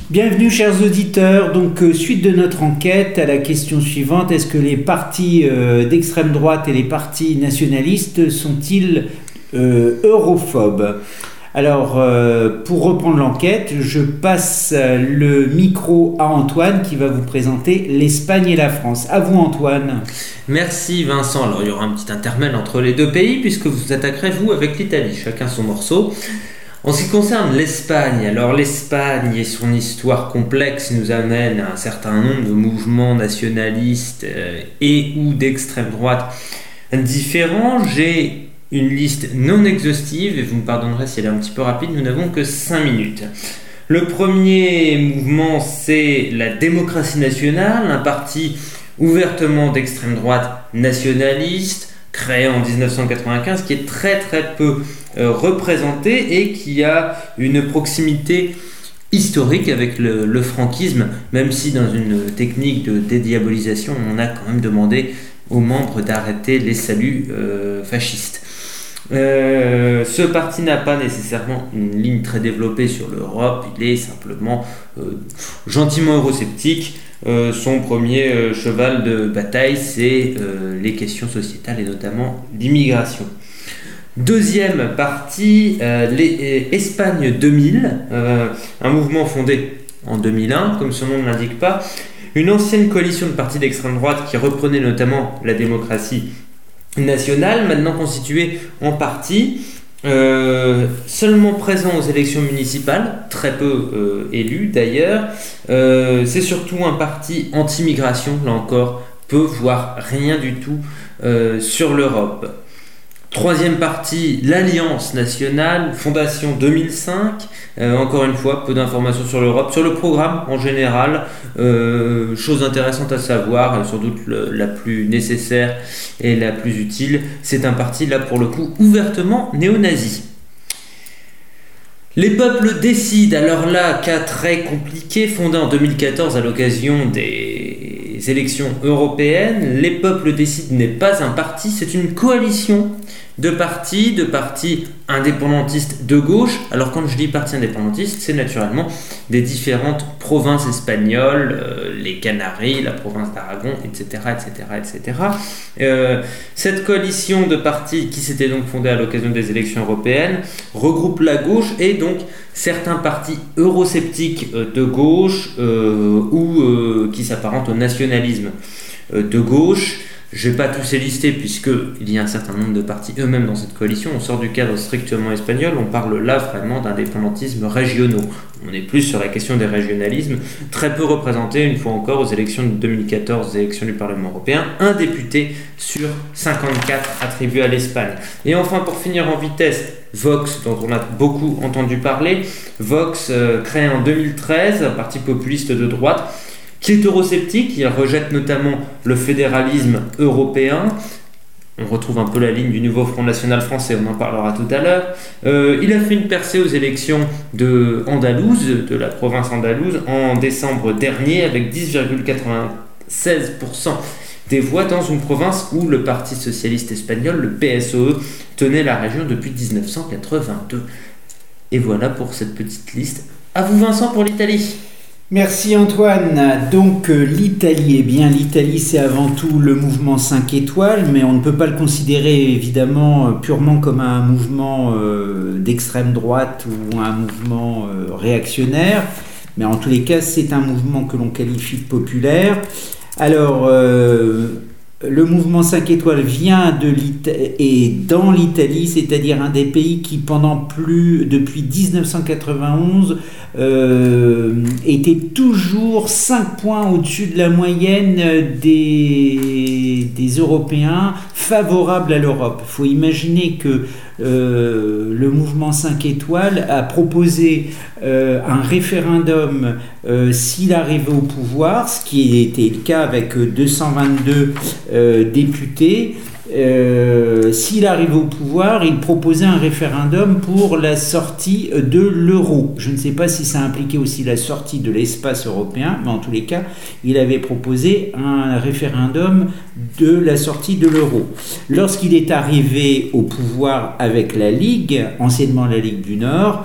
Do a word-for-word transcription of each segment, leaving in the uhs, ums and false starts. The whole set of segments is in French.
Bienvenue chers auditeurs, donc euh, suite de notre enquête à la question suivante, est-ce que les partis euh, d'extrême droite et les partis nationalistes sont-ils euh, europhobes? Alors euh, pour reprendre l'enquête, je passe le micro à Antoine qui va vous présenter l'Espagne et la France. À vous Antoine. Merci Vincent, alors il y aura un petit intermède entre les deux pays puisque vous vous attaquerez vous avec l'Italie, chacun son morceau. En ce qui concerne l'Espagne, alors l'Espagne et son histoire complexe nous amène à un certain nombre de mouvements nationalistes euh, et ou d'extrême droite différents. J'ai une liste non exhaustive et vous me pardonnerez si elle est un petit peu rapide, nous n'avons que cinq minutes. Le premier mouvement, c'est la démocratie nationale, un parti ouvertement d'extrême droite nationaliste, créé en dix-neuf cent quatre-vingt-quinze, qui est très très peu euh, représenté et qui a une proximité historique avec le, le franquisme, même si dans une technique de dédiabolisation, on a quand même demandé aux membres d'arrêter les saluts euh, fascistes. Euh, ce parti n'a pas nécessairement une ligne très développée sur l'Europe, il est simplement euh, gentiment eurosceptique. Euh, son premier euh, cheval de bataille, c'est euh, les questions sociétales et notamment l'immigration. Deuxième parti, euh, les, euh, Espagne deux mille, euh, un mouvement fondé en deux mille un, comme son nom ne l'indique pas, une ancienne coalition de partis d'extrême droite qui reprenait notamment la démocratie nationale, maintenant constituée en parti, euh, seulement présent aux élections municipales, très peu euh, élu d'ailleurs. Euh, c'est surtout un parti anti-migration, là encore, peu voire rien du tout euh, sur l'Europe. Troisième parti, l'Alliance nationale, fondation deux mille cinq, euh, encore une fois, peu d'informations sur l'Europe. Sur le programme, en général, euh, chose intéressante à savoir, sans doute le, la plus nécessaire et la plus utile, c'est un parti, là pour le coup, ouvertement néo-nazi. Les peuples décident, alors là, cas très compliqué, fondé en deux mille quatorze à l'occasion des élections européennes. Les peuples décident n'est pas un parti, c'est une coalition de partis, de partis indépendantistes de gauche. Alors quand je dis partis indépendantistes, c'est naturellement des différentes provinces espagnoles, euh, les Canaries, la province d'Aragon, et cetera, et cetera, et cetera. Euh, cette coalition de partis qui s'était donc fondée à l'occasion des élections européennes regroupe la gauche et donc certains partis eurosceptiques euh, de gauche euh, ou euh, qui s'apparentent au nationalisme euh, de gauche. Je ne vais pas tous les lister puisqu'il y a un certain nombre de partis eux-mêmes dans cette coalition. On sort du cadre strictement espagnol, on parle là vraiment d'indépendantismes régionaux. On est plus sur la question des régionalismes, très peu représentés une fois encore aux élections de deux mille quatorze, élections du Parlement européen, un député sur cinquante-quatre attribué à l'Espagne. Et enfin, pour finir en vitesse, Vox, dont on a beaucoup entendu parler. Vox, euh, créé en deux mille treize, un parti populiste de droite, qui est eurosceptique, il rejette notamment le fédéralisme européen. On retrouve un peu la ligne du nouveau Front National français, on en parlera tout à l'heure. Euh, il a fait une percée aux élections de Andalouse, de la province andalouse, en décembre dernier, avec dix virgule quatre-vingt-seize pour cent des voix dans une province où le Parti socialiste espagnol, le P S O E, tenait la région depuis dix-neuf cent quatre-vingt-deux. Et voilà pour cette petite liste. À vous Vincent pour l'Italie. Merci Antoine. Donc euh, l'Italie, eh bien l'Italie c'est avant tout le mouvement cinq étoiles, mais on ne peut pas le considérer évidemment euh, purement comme un mouvement euh, d'extrême droite ou un mouvement euh, réactionnaire, mais en tous les cas c'est un mouvement que l'on qualifie de populaire. Alors euh, le mouvement cinq étoiles vient de l'Italie et dans l'Italie, c'est-à-dire un des pays qui pendant plus depuis dix-neuf cent quatre-vingt-onze euh, était toujours cinq points au-dessus de la moyenne des, des Européens favorables à l'Europe. Il faut imaginer que euh, le mouvement cinq étoiles a proposé euh, un référendum euh, s'il arrivait au pouvoir, ce qui était le cas avec deux cent vingt-deux euh, députés. Euh, s'il arrivait au pouvoir, il proposait un référendum pour la sortie de l'euro. Je ne sais pas si ça impliquait aussi la sortie de l'espace européen, mais en tous les cas, il avait proposé un référendum de la sortie de l'euro. Lorsqu'il est arrivé au pouvoir avec la Ligue, anciennement la Ligue du Nord,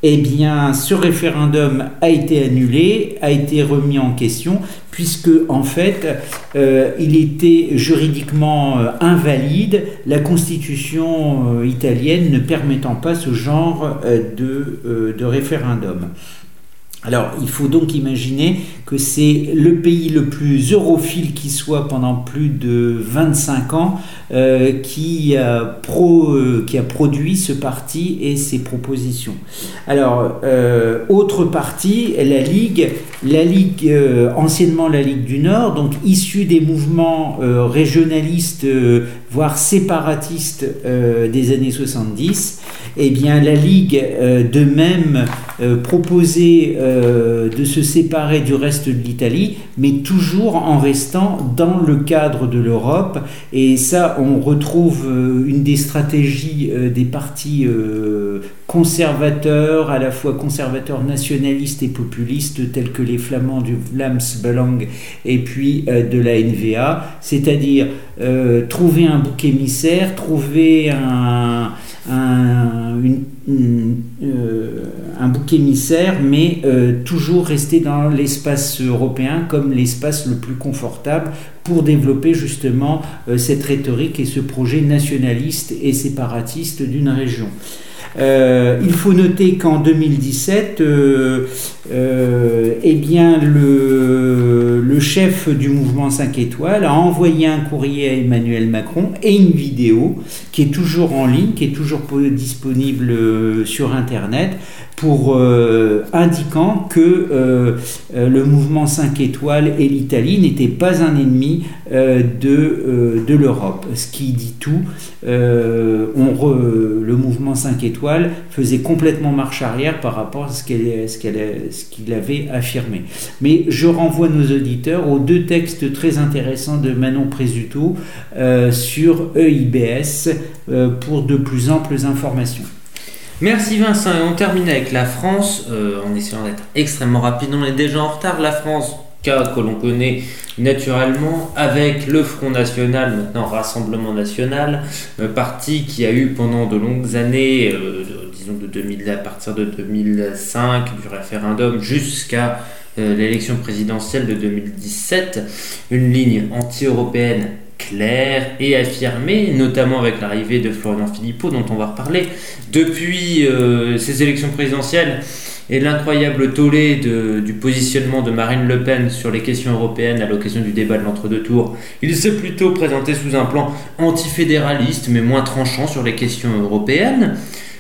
Eh bien, ce référendum a été annulé, a été remis en question, puisque en fait, euh, il était juridiquement euh, invalide, la constitution euh, italienne ne permettant pas ce genre euh, de, euh, de référendum. Alors, il faut donc imaginer que c'est le pays le plus europhile qui soit pendant plus de vingt-cinq ans euh, qui, a pro, euh, qui a produit ce parti et ses propositions. Alors, euh, autre parti, la Ligue, la Ligue euh, anciennement la Ligue du Nord, donc issue des mouvements euh, régionalistes, euh, voire séparatistes euh, des années soixante-dix. Eh bien, la Ligue, euh, de même, euh, proposait euh, de se séparer du reste de l'Italie, mais toujours en restant dans le cadre de l'Europe. Et ça, on retrouve euh, une des stratégies euh, des partis euh, conservateurs, à la fois conservateurs nationalistes et populistes, tels que les Flamands du Vlaams Belang et puis euh, de la N V A, c'est-à-dire euh, trouver un bouc émissaire, trouver un... Un, une, une, euh, un bouc émissaire, mais euh, toujours rester dans l'espace européen comme l'espace le plus confortable pour développer justement euh, cette rhétorique et ce projet nationaliste et séparatiste d'une région. Euh, il faut noter qu'en deux mille dix-sept, euh, euh, eh bien le, le chef du mouvement cinq étoiles a envoyé un courrier à Emmanuel Macron et une vidéo qui est toujours en ligne, qui est toujours disponible sur Internet, pour euh, indiquant que euh, euh, le mouvement cinq étoiles et l'Italie n'étaient pas un ennemi euh, de, euh, de l'Europe. Ce qui dit tout, euh, on re, le mouvement cinq étoiles faisait complètement marche arrière par rapport à ce, qu'elle, ce, qu'elle, ce qu'il avait affirmé. Mais je renvoie nos auditeurs aux deux textes très intéressants de Manon Présuto euh, sur E I B S euh, pour de plus amples informations. Merci Vincent, et on termine avec la France, euh, en essayant d'être extrêmement rapide, on est déjà en retard. La France, cas que l'on connaît naturellement, avec le Front National, maintenant Rassemblement National, euh, parti qui a eu pendant de longues années, euh, de, disons de deux mille, à partir de deux mille cinq, du référendum jusqu'à euh, l'élection présidentielle de deux mille dix-sept, une ligne anti-européenne claire et affirmée, notamment avec l'arrivée de Florian Philippot, dont on va reparler. Depuis euh, ces élections présidentielles et l'incroyable tollé de, du positionnement de Marine Le Pen sur les questions européennes à l'occasion du débat de l'entre-deux tours, il s'est plutôt présenté sous un plan antifédéraliste, mais moins tranchant sur les questions européennes.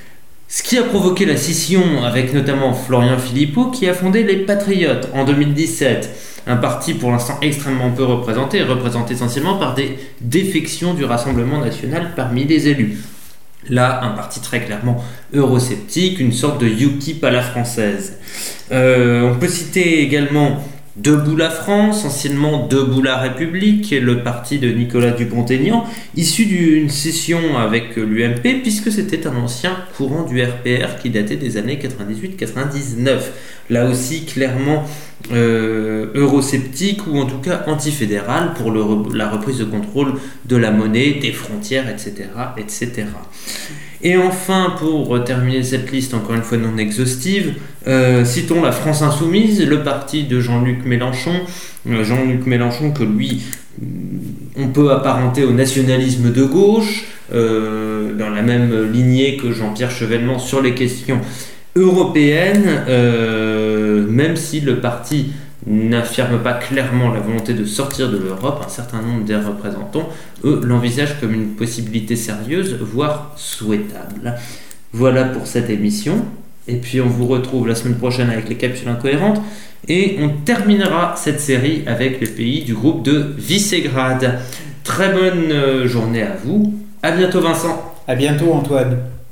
Ce qui a provoqué la scission avec notamment Florian Philippot, qui a fondé les Patriotes en deux mille dix-sept. Un parti pour l'instant extrêmement peu représenté, représenté essentiellement par des défections du Rassemblement National parmi les élus. Là, un parti très clairement eurosceptique, une sorte de UKIP à la française. Euh, on peut citer également Debout la France, anciennement Debout la République, le parti de Nicolas Dupont-Aignan, issu d'une scission avec l'U M P, puisque c'était un ancien courant du R P R qui datait des années quatre-vingt-dix-huit quatre-vingt-dix-neuf. Là aussi, clairement euh, eurosceptique, ou en tout cas antifédéral, pour le, la reprise de contrôle de la monnaie, des frontières, et cetera, et cetera. Et enfin, pour terminer cette liste encore une fois non exhaustive, euh, citons la France Insoumise, le parti de Jean-Luc Mélenchon. Euh, Jean-Luc Mélenchon que lui, on peut apparenter au nationalisme de gauche, euh, dans la même lignée que Jean-Pierre Chevènement sur les questions européennes, euh, même si le parti n'affirme pas clairement la volonté de sortir de l'Europe, un certain nombre des représentants, eux, l'envisagent comme une possibilité sérieuse, voire souhaitable. Voilà pour cette émission, et puis on vous retrouve la semaine prochaine avec les capsules incohérentes, et on terminera cette série avec les pays du groupe de Visegrad. Très bonne journée à vous, à bientôt Vincent. À bientôt Antoine.